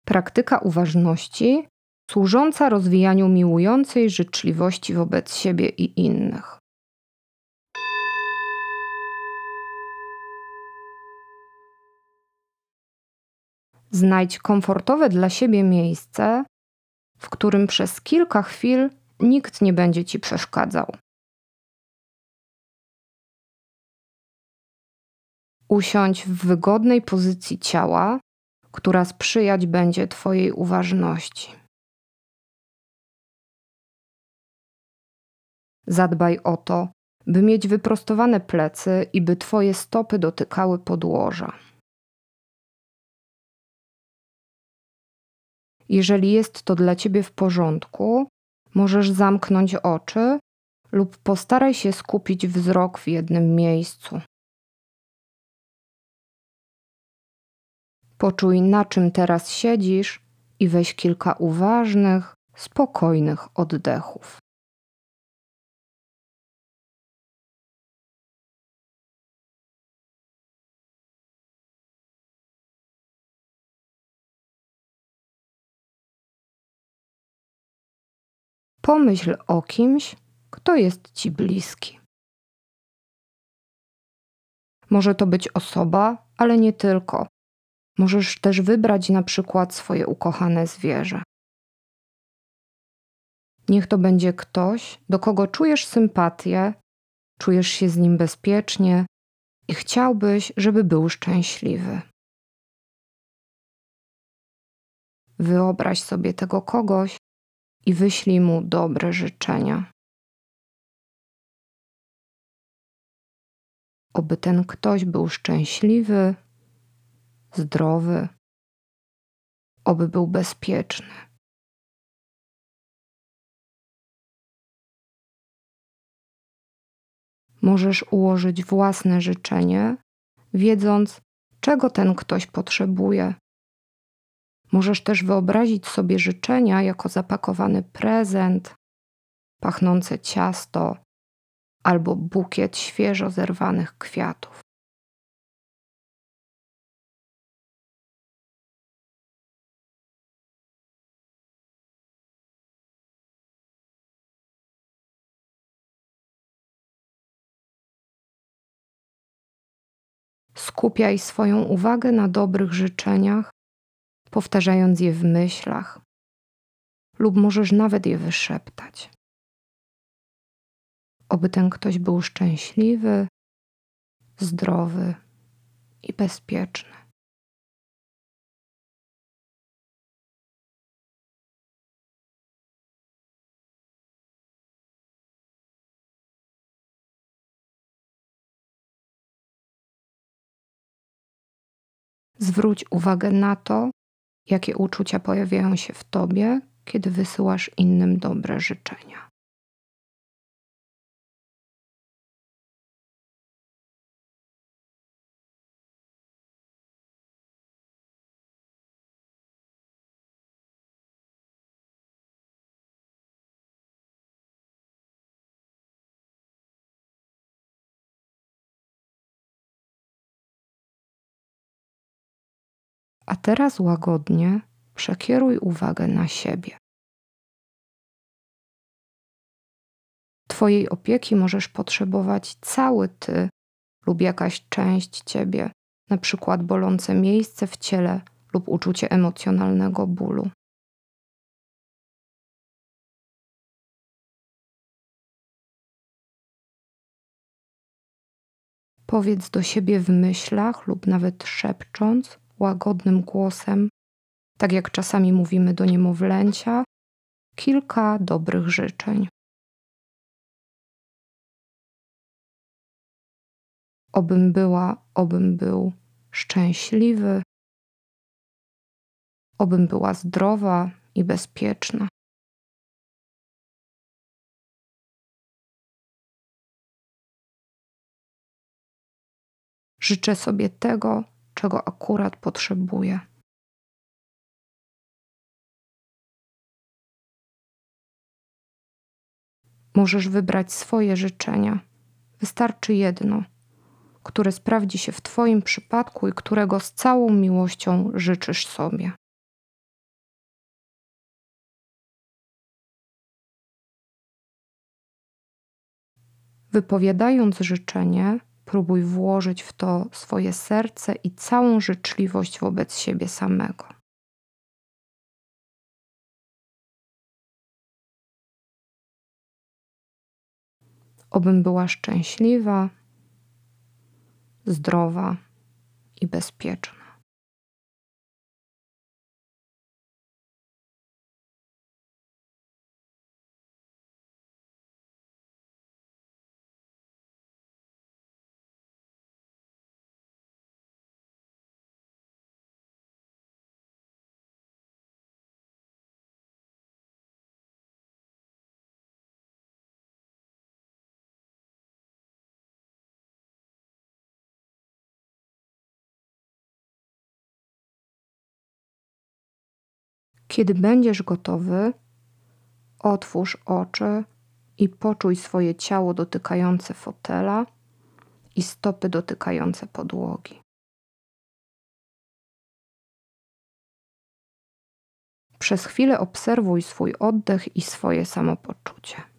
Praktyka uważności służąca rozwijaniu miłującej życzliwości wobec siebie i innych. Znajdź komfortowe dla siebie miejsce, w którym przez kilka chwil nikt nie będzie ci przeszkadzał. Usiądź w wygodnej pozycji ciała, która sprzyjać będzie twojej uważności. Zadbaj o to, by mieć wyprostowane plecy i by twoje stopy dotykały podłoża. Jeżeli jest to dla ciebie w porządku, możesz zamknąć oczy lub postaraj się skupić wzrok w jednym miejscu. Poczuj, na czym teraz siedzisz i weź kilka uważnych, spokojnych oddechów. Pomyśl o kimś, kto jest ci bliski. Może to być osoba, ale nie tylko. Możesz też wybrać na przykład swoje ukochane zwierzę. Niech to będzie ktoś, do kogo czujesz sympatię, czujesz się z nim bezpiecznie i chciałbyś, żeby był szczęśliwy. Wyobraź sobie tego kogoś i wyślij mu dobre życzenia. Oby ten ktoś był szczęśliwy, zdrowy, oby był bezpieczny. Możesz ułożyć własne życzenie, wiedząc, czego ten ktoś potrzebuje. Możesz też wyobrazić sobie życzenia jako zapakowany prezent, pachnące ciasto albo bukiet świeżo zerwanych kwiatów. Skupiaj swoją uwagę na dobrych życzeniach, powtarzając je w myślach, lub możesz nawet je wyszeptać. Oby ten ktoś był szczęśliwy, zdrowy i bezpieczny. Zwróć uwagę na to, jakie uczucia pojawiają się w tobie, kiedy wysyłasz innym dobre życzenia. A teraz łagodnie przekieruj uwagę na siebie. Twojej opieki możesz potrzebować cały ty lub jakaś część ciebie, na przykład bolące miejsce w ciele lub uczucie emocjonalnego bólu. Powiedz do siebie w myślach lub nawet szepcząc, łagodnym głosem, tak jak czasami mówimy do niemowlęcia, kilka dobrych życzeń. Obym była, obym był szczęśliwy, obym była zdrowa i bezpieczna. Życzę sobie tego, czego akurat potrzebuję. Możesz wybrać swoje życzenia. Wystarczy jedno, które sprawdzi się w twoim przypadku i którego z całą miłością życzysz sobie. Wypowiadając życzenie, próbuj włożyć w to swoje serce i całą życzliwość wobec siebie samego. Obym była szczęśliwa, zdrowa i bezpieczna. Kiedy będziesz gotowy, otwórz oczy i poczuj swoje ciało dotykające fotela i stopy dotykające podłogi. Przez chwilę obserwuj swój oddech i swoje samopoczucie.